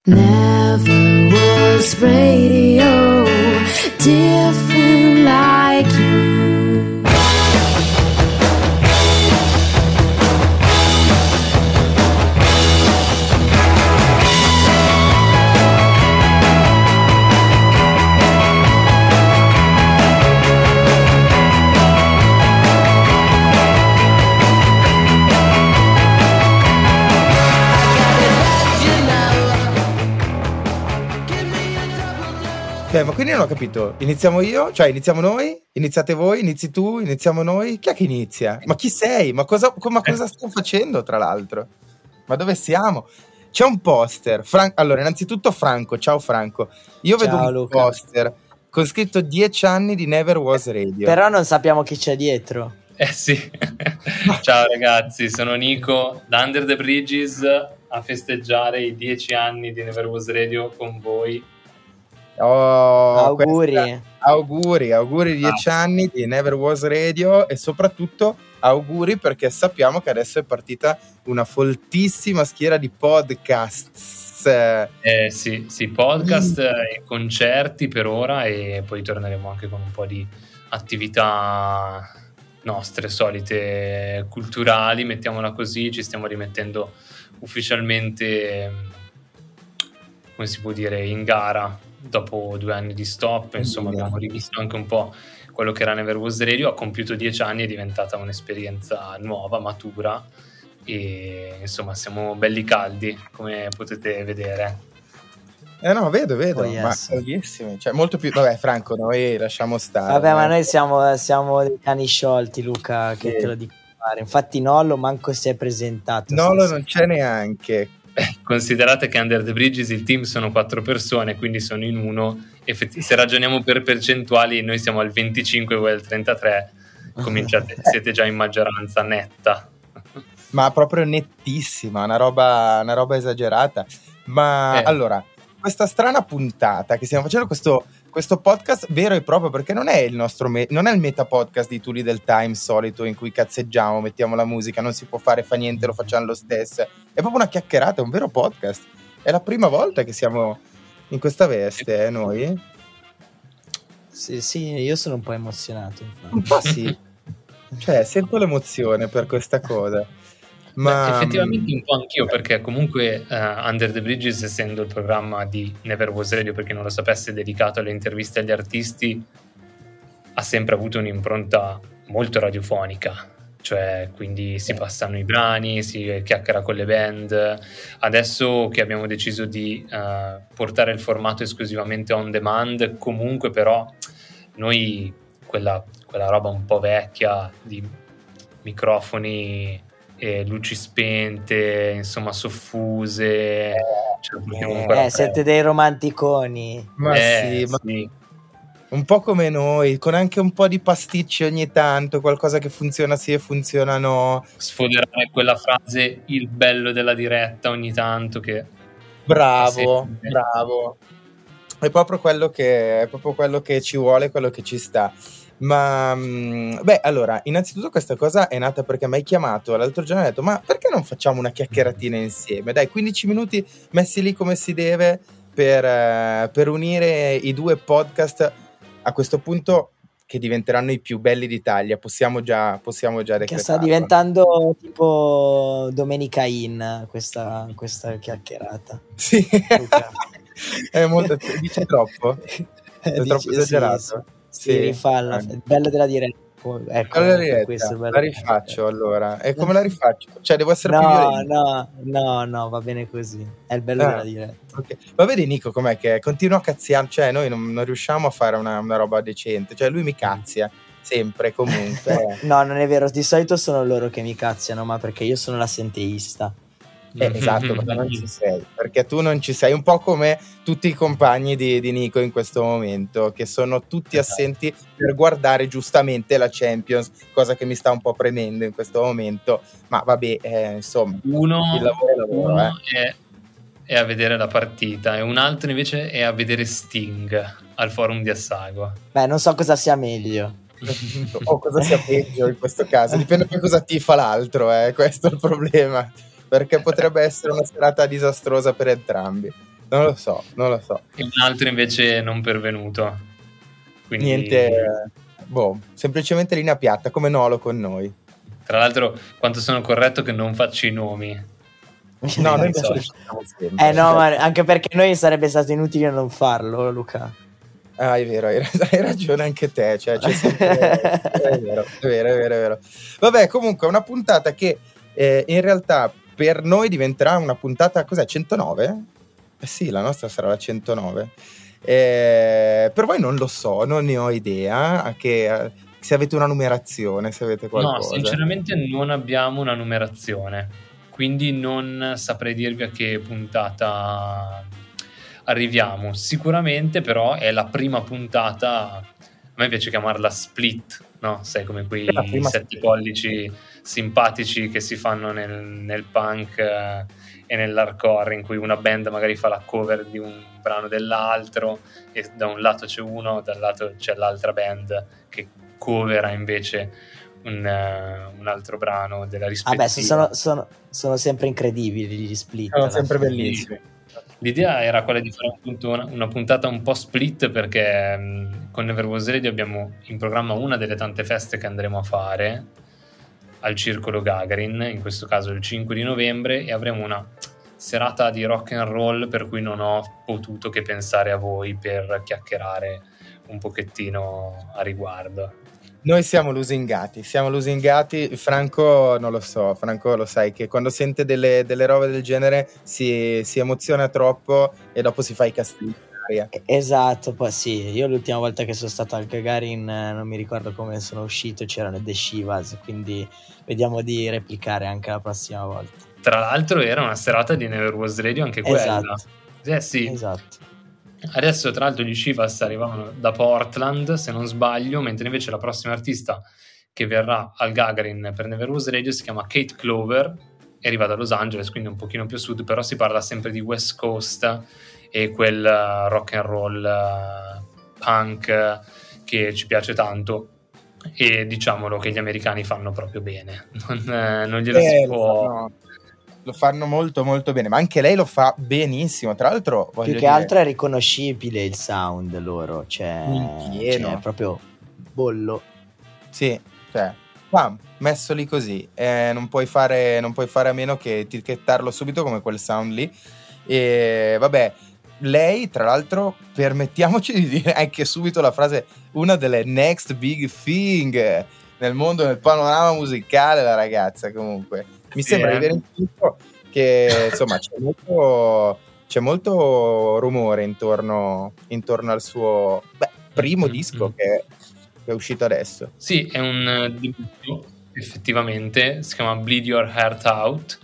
Never was radio different like you. Ma quindi non ho capito, iniziamo io? Cioè iniziamo noi? Iniziate voi? Inizi tu? Iniziamo noi? Chi è che inizia? Ma chi sei? Ma cosa stiamo facendo tra l'altro? Ma dove siamo? C'è un poster, allora innanzitutto Franco, ciao Franco. Io Ciao, vedo un Luca. poster con scritto 10 anni di Never Was Radio. Però non sappiamo chi c'è dietro. Sì. Ciao ragazzi, sono Nico da Under the Bridges a festeggiare i 10 anni di Never Was Radio con voi. Auguri. Auguri 10 anni di Never Was Radio e soprattutto auguri perché sappiamo che adesso è partita una foltissima schiera di podcasts. Sì, podcast e concerti per ora, e poi torneremo anche con un po' di attività nostre solite culturali, mettiamola così. Ci stiamo rimettendo ufficialmente, come si può dire, in gara dopo 2 anni di stop. Insomma, abbiamo rivisto anche un po' quello che era Never Was Radio. Ha compiuto 10 anni, è diventata un'esperienza nuova, matura, e insomma siamo belli caldi, come potete vedere. No, vedo, Oh, yes. ma bellissimi, cioè molto più. Vabbè, Franco, noi lasciamo stare. Vabbè, ma noi siamo dei cani sciolti, Luca, che te lo dico fare. Infatti Nollo manco si è presentato. Nollo non c'è neanche. Considerate che Under the Bridges il team sono 4 persone, quindi sono in uno. Se ragioniamo per percentuali, noi siamo al 25 e voi al 33. Siete già in maggioranza netta. Ma proprio nettissima, una roba esagerata. Ma allora, questa strana puntata che stiamo facendo, questo podcast vero e proprio, perché non è il nostro non è il meta podcast di Tuli del Time solito in cui cazzeggiamo, mettiamo la musica, non si può fare, fa niente, lo facciamo lo stesso. È proprio una chiacchierata, è un vero podcast. È la prima volta che siamo in questa veste, noi. Sì, io sono un po' emozionato. Infatti. Un po' sì. Cioè, sento l'emozione per questa cosa. Ma effettivamente un po' anch'io, perché comunque Under the Bridges, essendo il programma di Never Was Radio, per chi non lo sapesse, dedicato alle interviste agli artisti, ha sempre avuto un'impronta molto radiofonica, cioè quindi si passano i brani, si chiacchiera con le band. Adesso che abbiamo deciso di portare il formato esclusivamente on demand, comunque però noi quella roba un po' vecchia di microfoni e luci spente, insomma soffuse, siete dei romanticoni. Ma sì. Un po' come noi, con anche un po' di pasticci ogni tanto, qualcosa che funziona sì e funziona no. Sfoderare quella frase, il bello della diretta, ogni tanto, che bravo. È proprio quello che ci vuole, quello che ci sta. Ma allora, innanzitutto questa cosa è nata perché mi hai chiamato l'altro giorno e ho detto: ma perché non facciamo una chiacchieratina insieme? Dai, 15 minuti messi lì come si deve per unire i due podcast, a questo punto, che diventeranno i più belli d'Italia. Possiamo già decretarlo. Che sta diventando tipo Domenica In questa chiacchierata. Sì. È molto, dice troppo? È troppo esagerato? Sì, rifalla, il bello della diretta. Ecco, la rifaccio allora. E come la rifaccio? Cioè, devo essere più violento? No, va bene così. È il bello della diretta. Okay. Ma vedi Nico com'è che continua a cazziare? Cioè, noi non riusciamo a fare una roba decente. Cioè, lui mi cazzia sempre, comunque. No, non è vero. Di solito sono loro che mi cazziano, ma perché io sono l'assenteista. Esatto, perché non ci sei, perché tu non ci sei, un po' come tutti i compagni di Nico in questo momento, che sono tutti assenti per guardare giustamente la Champions, cosa che mi sta un po' premendo in questo momento, ma vabbè, insomma, uno il lavoro è a vedere la partita e un altro invece è a vedere Sting al forum di Assago. Beh, non so cosa sia meglio o cosa sia peggio in questo caso, dipende da cosa tifa l'altro, questo è il problema, perché potrebbe essere una serata disastrosa per entrambi. Non lo so. E un altro invece non pervenuto. Quindi... Niente, semplicemente linea piatta, come Nolo con noi. Tra l'altro, quanto sono corretto che non faccio i nomi. No, noi so. sempre. No, ma anche perché noi sarebbe stato inutile non farlo, Luca. Ah, è vero, hai ragione anche te, cioè, c'è sempre... è vero. Vabbè, comunque, una puntata che in realtà per noi diventerà una puntata, cos'è, 109? Eh sì, la nostra sarà la 109. Per voi non lo so, non ne ho idea, se avete una numerazione, se avete qualcosa. No, sinceramente non abbiamo una numerazione, quindi non saprei dirvi a che puntata arriviamo. Sicuramente però è la prima puntata, a me piace chiamarla split, no? Sai, come quei 7 pollici simpatici che si fanno nel punk e nell'hardcore, in cui una band magari fa la cover di un brano dell'altro e da un lato c'è uno, dal lato c'è l'altra band che covera invece un altro brano della rispettiva. Vabbè, sono sempre incredibili gli split. Sono sempre bellissimi. L'idea era quella di fare appunto una puntata un po' split, perché con Never Was Radio abbiamo in programma una delle tante feste che andremo a fare al Circolo Gagarin, in questo caso il 5 di novembre, e avremo una serata di rock and roll per cui non ho potuto che pensare a voi per chiacchierare un pochettino a riguardo. Noi siamo lusingati. Franco non lo so, Franco lo sai che quando sente delle robe del genere si emoziona troppo e dopo si fa i castigli. Esatto, poi sì, io l'ultima volta che sono stato al Gagarin non mi ricordo come sono uscito, c'erano The Shivas, quindi vediamo di replicare anche la prossima volta. Tra l'altro era una serata di Never Was Radio anche quella. Esatto. Sì. Esatto. Adesso tra l'altro gli Shivas arrivavano da Portland, se non sbaglio, mentre invece la prossima artista che verrà al Gagarin per Never Was Radio si chiama Kate Clover e arriva da Los Angeles, quindi un pochino più a sud, però si parla sempre di West Coast e quel rock and roll punk che ci piace tanto, e diciamolo che gli americani fanno proprio bene, non glielo si può... Lo fanno molto molto bene, ma anche lei lo fa benissimo. Tra l'altro, più che altro è riconoscibile il sound loro, cioè proprio bollo. Sì, cioè, messo lì così, non puoi fare a meno che etichettarlo subito come quel sound lì. E vabbè, lei, tra l'altro, permettiamoci di dire anche subito la frase, una delle next big thing nel mondo, nel panorama musicale, la ragazza comunque. Mi sembra di vedere in tutto che insomma c'è molto rumore intorno al suo primo disco che è uscito adesso. Sì, è un debutto, effettivamente, si chiama Bleed Your Heart Out,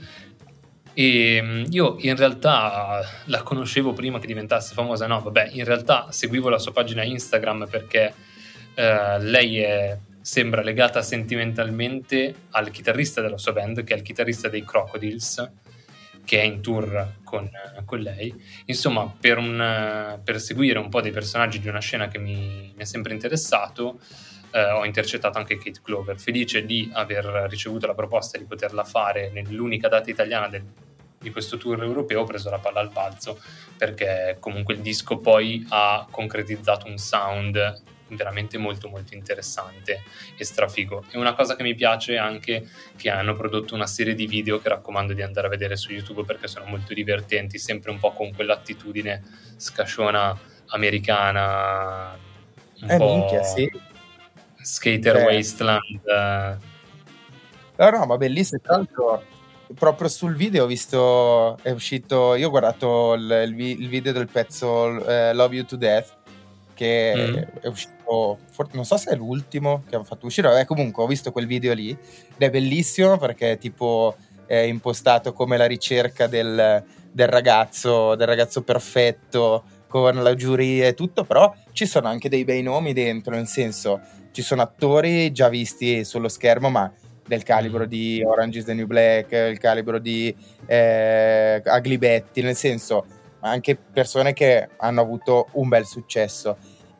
e io in realtà la conoscevo prima che diventasse famosa. No, vabbè, in realtà seguivo la sua pagina Instagram perché lei sembra legata sentimentalmente al chitarrista della sua band, che è il chitarrista dei Crocodiles, che è in tour con lei. Insomma, per seguire un po' dei personaggi di una scena che mi è sempre interessato, ho intercettato anche Kate Clover, felice di aver ricevuto la proposta di poterla fare nell'unica data italiana di questo tour europeo. Ho preso la palla al balzo, perché comunque il disco poi ha concretizzato un sound veramente molto molto interessante e strafigo. E una cosa che mi piace anche che hanno prodotto una serie di video che raccomando di andare a vedere su YouTube, perché sono molto divertenti, sempre un po' con quell'attitudine scasciona americana, un po' minchia, sì. Skater Wasteland. No, ma bellissimo. Tra l'altro proprio sul video ho visto, è uscito, io ho guardato il video del pezzo Love You to Death, che è uscito, non so se è l'ultimo che hanno fatto uscire, comunque ho visto quel video lì ed è bellissimo, perché tipo è impostato come la ricerca del ragazzo perfetto, con la giuria e tutto, però ci sono anche dei bei nomi dentro, nel senso ci sono attori già visti sullo schermo, ma del calibro di Orange is the New Black, il calibro di Ugly Betty, nel senso anche persone che hanno avuto un bel successo,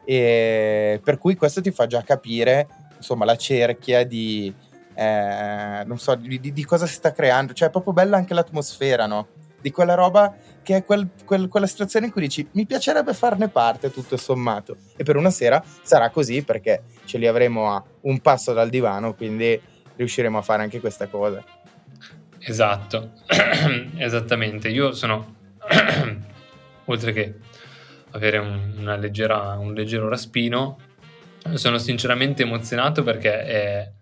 e per cui questo ti fa già capire insomma la cerchia di non so di cosa si sta creando, cioè è proprio bella anche l'atmosfera, no? di quella roba che è quella situazione in cui dici mi piacerebbe farne parte tutto sommato, e per una sera sarà così perché ce li avremo a un passo dal divano, quindi riusciremo a fare anche questa cosa. Esatto. Esattamente, io sono oltre che avere un leggero raspino, sono sinceramente emozionato perché è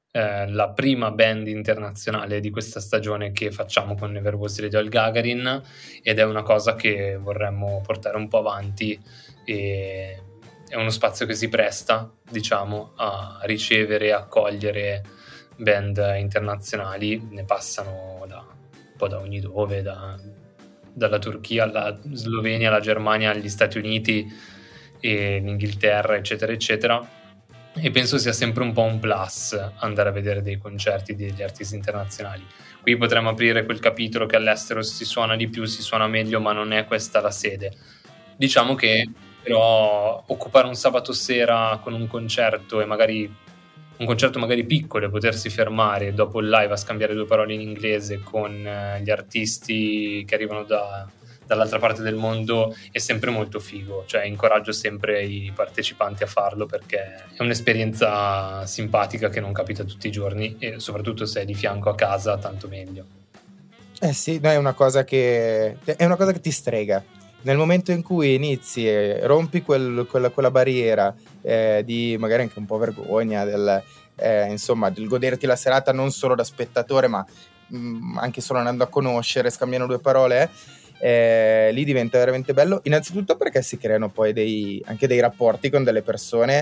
la prima band internazionale di questa stagione che facciamo con Never Was Radio al Gagarin, ed è una cosa che vorremmo portare un po' avanti, e è uno spazio che si presta, diciamo, a ricevere e accogliere band internazionali. Ne passano un po' da ogni dove, dalla Turchia alla Slovenia, alla Germania, agli Stati Uniti e l'Inghilterra, eccetera eccetera, e penso sia sempre un po' un plus andare a vedere dei concerti degli artisti internazionali. Qui potremmo aprire quel capitolo che all'estero si suona di più, si suona meglio, ma non è questa la sede. Diciamo che però occupare un sabato sera con un concerto, e magari un concerto magari piccolo, e potersi fermare dopo il live a scambiare due parole in inglese con gli artisti che arrivano dall'altra parte del mondo, è sempre molto figo. Cioè incoraggio sempre i partecipanti a farlo, perché è un'esperienza simpatica che non capita tutti i giorni, e soprattutto se è di fianco a casa tanto meglio. Sì, no, è una cosa che ti strega. Nel momento in cui inizi e rompi quella barriera di magari anche un po' vergogna del goderti la serata non solo da spettatore, ma anche solo andando a conoscere, scambiando due parole, lì diventa veramente bello. Innanzitutto perché si creano poi anche dei rapporti con delle persone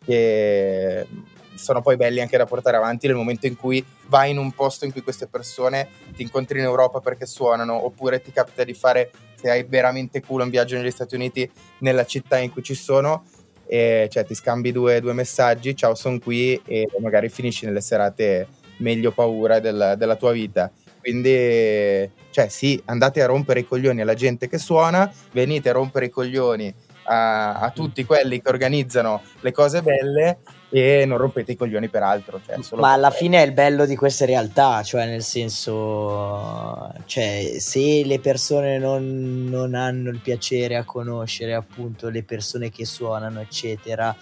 che sono poi belli anche da portare avanti nel momento in cui vai in un posto in cui queste persone ti incontri in Europa perché suonano, oppure ti capita di fare, se hai veramente culo, un viaggio negli Stati Uniti, nella città in cui ci sono, e cioè ti scambi due messaggi, ciao, sono qui, e magari finisci nelle serate meglio paura della tua vita. Quindi cioè sì, andate a rompere i coglioni alla gente che suona, venite a rompere i coglioni a tutti quelli che organizzano le cose belle, e non rompete i coglioni per altro. Ma alla fine è il bello di queste realtà, cioè nel senso, cioè se le persone non hanno il piacere a conoscere appunto le persone che suonano eccetera,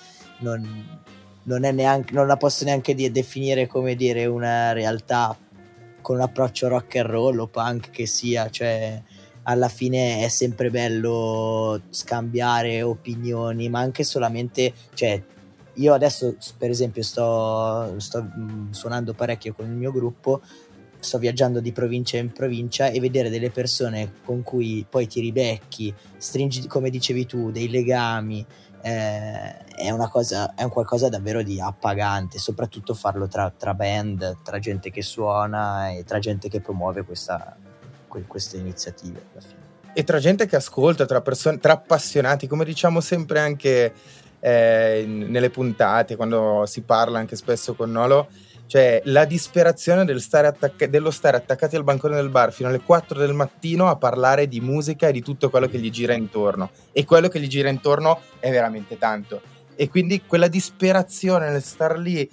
non è neanche, non la posso neanche definire come dire una realtà con un approccio rock and roll o punk che sia. Cioè alla fine è sempre bello scambiare opinioni, ma anche solamente, cioè io adesso per esempio sto suonando parecchio con il mio gruppo, sto viaggiando di provincia in provincia, e vedere delle persone con cui poi ti ribecchi, stringi, come dicevi tu, dei legami, è una cosa, è un qualcosa davvero di appagante, soprattutto farlo tra band, tra gente che suona e tra gente che promuove queste iniziative alla fine. E tra gente che ascolta, tra persone, tra appassionati, come diciamo sempre anche nelle puntate, quando si parla anche spesso con Nolo, cioè la disperazione dello stare attaccati al bancone del bar fino alle 4 del mattino a parlare di musica e di tutto quello che gli gira intorno, e quello che gli gira intorno è veramente tanto, e quindi quella disperazione nel star lì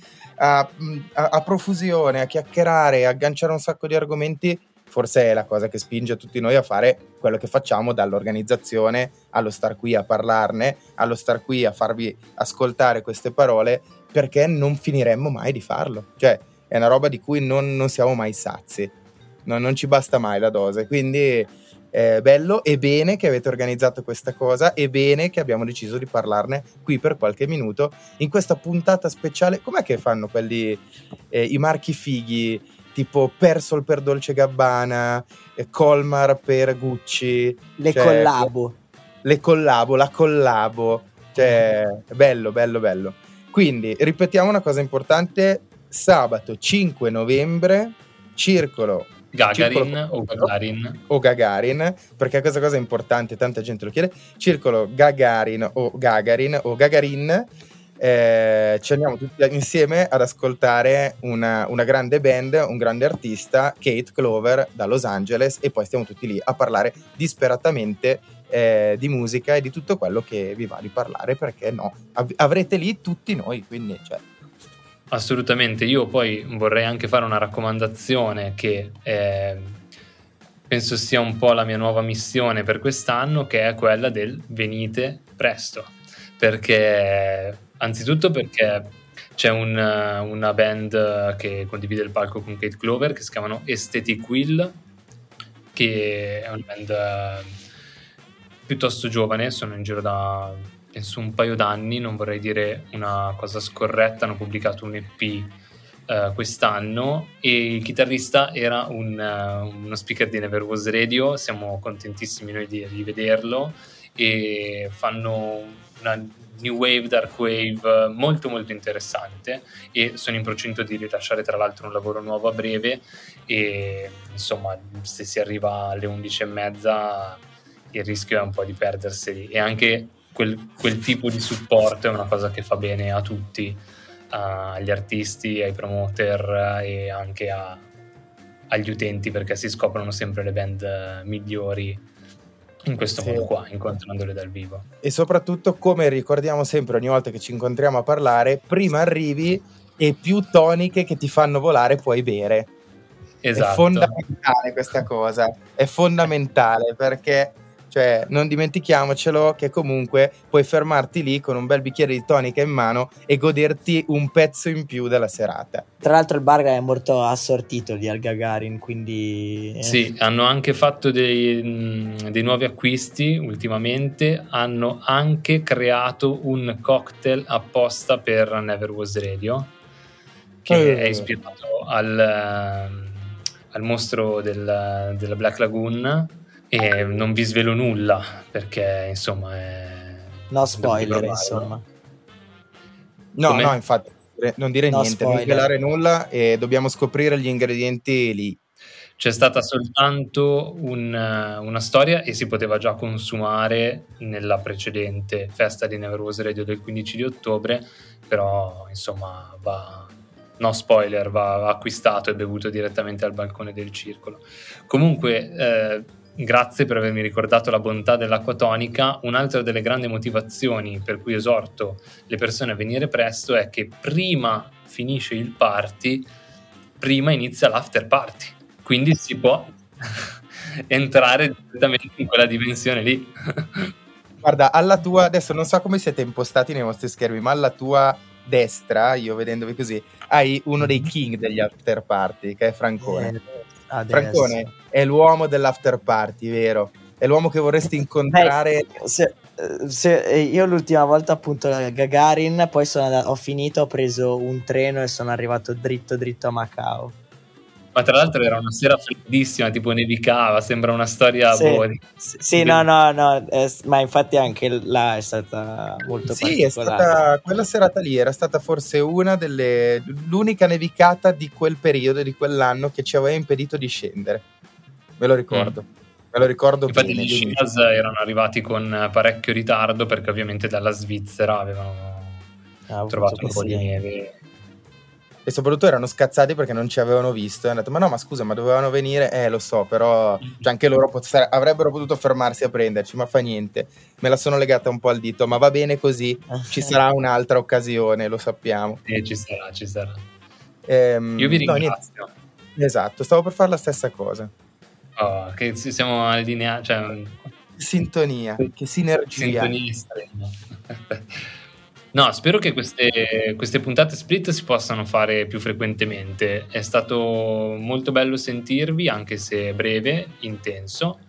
a profusione, a chiacchierare, a agganciare un sacco di argomenti, forse è la cosa che spinge tutti noi a fare quello che facciamo, dall'organizzazione allo star qui a parlarne, allo star qui a farvi ascoltare queste parole, perché non finiremmo mai di farlo. Cioè è una roba di cui non siamo mai sazi, non ci basta mai la dose. Quindi è bello e bene che avete organizzato questa cosa, e bene che abbiamo deciso di parlarne qui per qualche minuto in questa puntata speciale. Com'è che fanno quelli i marchi fighi, tipo Persol per Dolce Gabbana, Colmar per Gucci, la collabo, cioè bello. Quindi ripetiamo una cosa importante: sabato 5 novembre Circolo Gagarin o Gagarin, perché questa cosa è importante, tanta gente lo chiede. Circolo Gagarin o Gagarin. Ci andiamo tutti insieme ad ascoltare una grande band, un grande artista, Kate Clover da Los Angeles, e poi stiamo tutti lì a parlare disperatamente di musica e di tutto quello che vi va di parlare, perché no, avrete lì tutti noi, quindi cioè. Assolutamente. Io poi vorrei anche fare una raccomandazione che penso sia un po' la mia nuova missione per quest'anno, che è quella del venite presto, perché anzitutto perché c'è una band che condivide il palco con Kate Clover che si chiamano Aesthetic Will, che è una band piuttosto giovane, sono in giro da penso un paio d'anni, non vorrei dire una cosa scorretta, hanno pubblicato un EP quest'anno e il chitarrista era uno speaker di Never Was Radio. Siamo contentissimi noi di vederlo, e fanno una new wave, dark wave molto molto interessante, e sono in procinto di rilasciare tra l'altro un lavoro nuovo a breve, e insomma se si arriva alle 11:30 il rischio è un po' di perdersi, e anche quel tipo di supporto è una cosa che fa bene a tutti, agli artisti, ai promoter e anche agli utenti, perché si scoprono sempre le band migliori in questo modo qua, incontrandole dal vivo. E soprattutto, come ricordiamo sempre ogni volta che ci incontriamo a parlare, prima arrivi e più toniche che ti fanno volare puoi bere. Esatto. È fondamentale questa cosa, è fondamentale, perché cioè non dimentichiamocelo che comunque puoi fermarti lì con un bel bicchiere di tonica in mano e goderti un pezzo in più della serata. Tra l'altro il bar è molto assortito di Al Gagarin, quindi sì, hanno anche fatto dei nuovi acquisti ultimamente, hanno anche creato un cocktail apposta per Never Was Radio che è ispirato al mostro della Black Lagoon, e non vi svelo nulla perché insomma no spoiler, insomma. No, infatti non dire niente, spoiler. Non svelare nulla, e dobbiamo scoprire gli ingredienti lì. C'è stata soltanto una storia, e si poteva già consumare nella precedente festa di Never Was Radio del 15 di ottobre, però insomma no spoiler, va acquistato e bevuto direttamente al balcone del circolo. Comunque grazie per avermi ricordato la bontà dell'acqua tonica. Un'altra delle grandi motivazioni per cui esorto le persone a venire presto è che prima finisce il party, prima inizia l'after party, quindi si può entrare direttamente in quella dimensione lì. Guarda, alla tua, adesso non so come siete impostati nei vostri schermi, ma alla tua destra, io vedendovi così, hai uno dei king degli after party, che è Francone. Francone è l'uomo dell'after party, vero? È l'uomo che vorresti incontrare. Se io l'ultima volta appunto a Gagarin, poi ho finito, ho preso un treno e sono arrivato dritto a Macao. Ma tra l'altro era una sera freddissima, tipo nevicava, sembra una storia sì, no, ma infatti anche là è stata molto particolare. È stata, quella serata lì era stata forse l'unica nevicata di quel periodo, di quell'anno, che ci aveva impedito di scendere. Me lo ricordo infatti bene. Gli Shiraz erano arrivati con parecchio ritardo, perché ovviamente dalla Svizzera avevano trovato un po' di neve. E soprattutto erano scazzati perché non ci avevano visto, e hanno detto ma scusa, ma dovevano venire, lo so, però cioè, anche loro avrebbero potuto fermarsi a prenderci, ma fa niente, me la sono legata un po' al dito, ma va bene così, ci sarà un'altra occasione, lo sappiamo. Ci sarà. Io vi ringrazio. Esatto, stavo per fare la stessa cosa. Che siamo allineati, cioè sintonia, che sinergia. Sintonia estrema. No, spero che queste puntate split si possano fare più frequentemente. È stato molto bello sentirvi, anche se breve, intenso,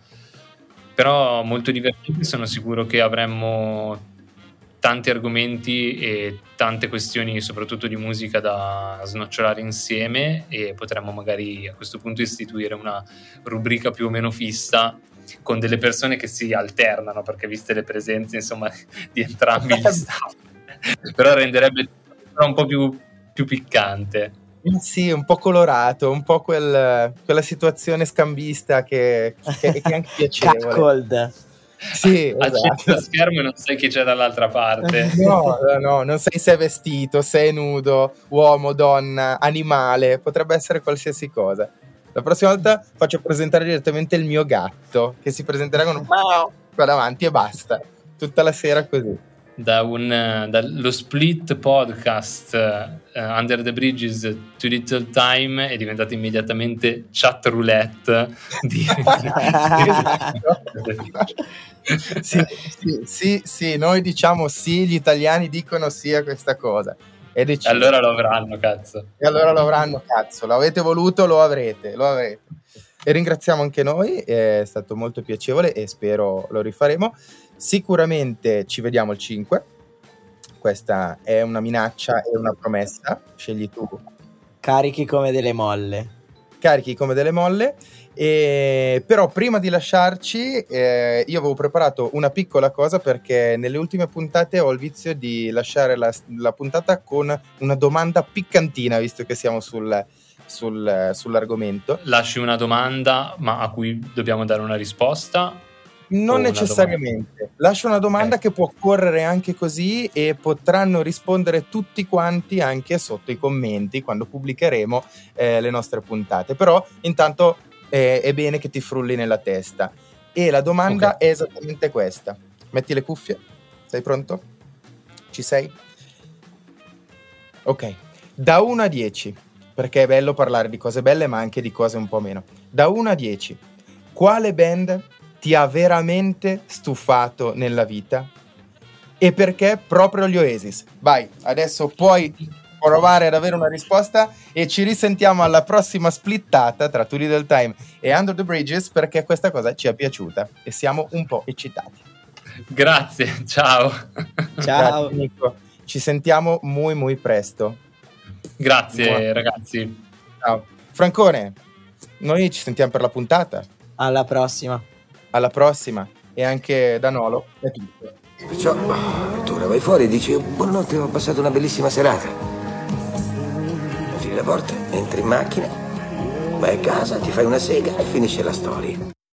però molto divertente. Sono sicuro che avremmo tanti argomenti e tante questioni, soprattutto di musica, da snocciolare insieme, e potremmo magari a questo punto istituire una rubrica più o meno fissa con delle persone che si alternano, perché viste le presenze insomma di entrambi gli staff, però renderebbe un po' più piccante. Sì, un po' colorato, un po' quella situazione scambista che è anche piacevole. Catcalled. Sì, accetti lo schermo e non sai chi c'è dall'altra parte. No, non sai se è vestito, se è nudo, uomo, donna, animale, potrebbe essere qualsiasi cosa. La prossima volta faccio presentare direttamente il mio gatto, che si presenterà con un qua davanti e basta, tutta la sera così. dallo split podcast Under the Bridges Too Little Time è diventato immediatamente chat roulette sì, noi diciamo sì, gli italiani dicono sì a questa cosa. E allora lo avranno, cazzo. L'avete voluto, lo avrete. E ringraziamo anche noi, è stato molto piacevole e spero lo rifaremo. Sicuramente ci vediamo il 5. Questa è una minaccia e una promessa. Scegli tu. Carichi come delle molle. Però prima di lasciarci io avevo preparato una piccola cosa, perché nelle ultime puntate ho il vizio di lasciare la puntata con una domanda piccantina, visto che siamo sull'argomento. Lasci una domanda, ma a cui dobbiamo dare una risposta? Non necessariamente. Lascio una domanda che può correre anche così e potranno rispondere tutti quanti anche sotto i commenti quando pubblicheremo le nostre puntate. Però intanto è bene che ti frulli nella testa. E la domanda è esattamente questa. Metti le cuffie. Sei pronto? Ci sei? Ok. Da 1 a 10, perché è bello parlare di cose belle ma anche di cose un po' meno. Da 1 a 10, quale band ti ha veramente stufato nella vita? E perché proprio gli Oasis? Vai, adesso puoi provare ad avere una risposta e ci risentiamo alla prossima splittata tra Too Little Time e Under the Bridges, perché questa cosa ci è piaciuta e siamo un po' eccitati. Grazie, ciao. Ciao. Grazie, Nico. Ci sentiamo muy presto. Grazie ragazzi. Ciao. Francone, noi ci sentiamo per la puntata. Alla prossima. E anche da Nolo è tutto. Perciò tu ora vai fuori e dici buonanotte, ho passato una bellissima serata. Apri la porta, entri in macchina, vai a casa, ti fai una sega e finisce la storia.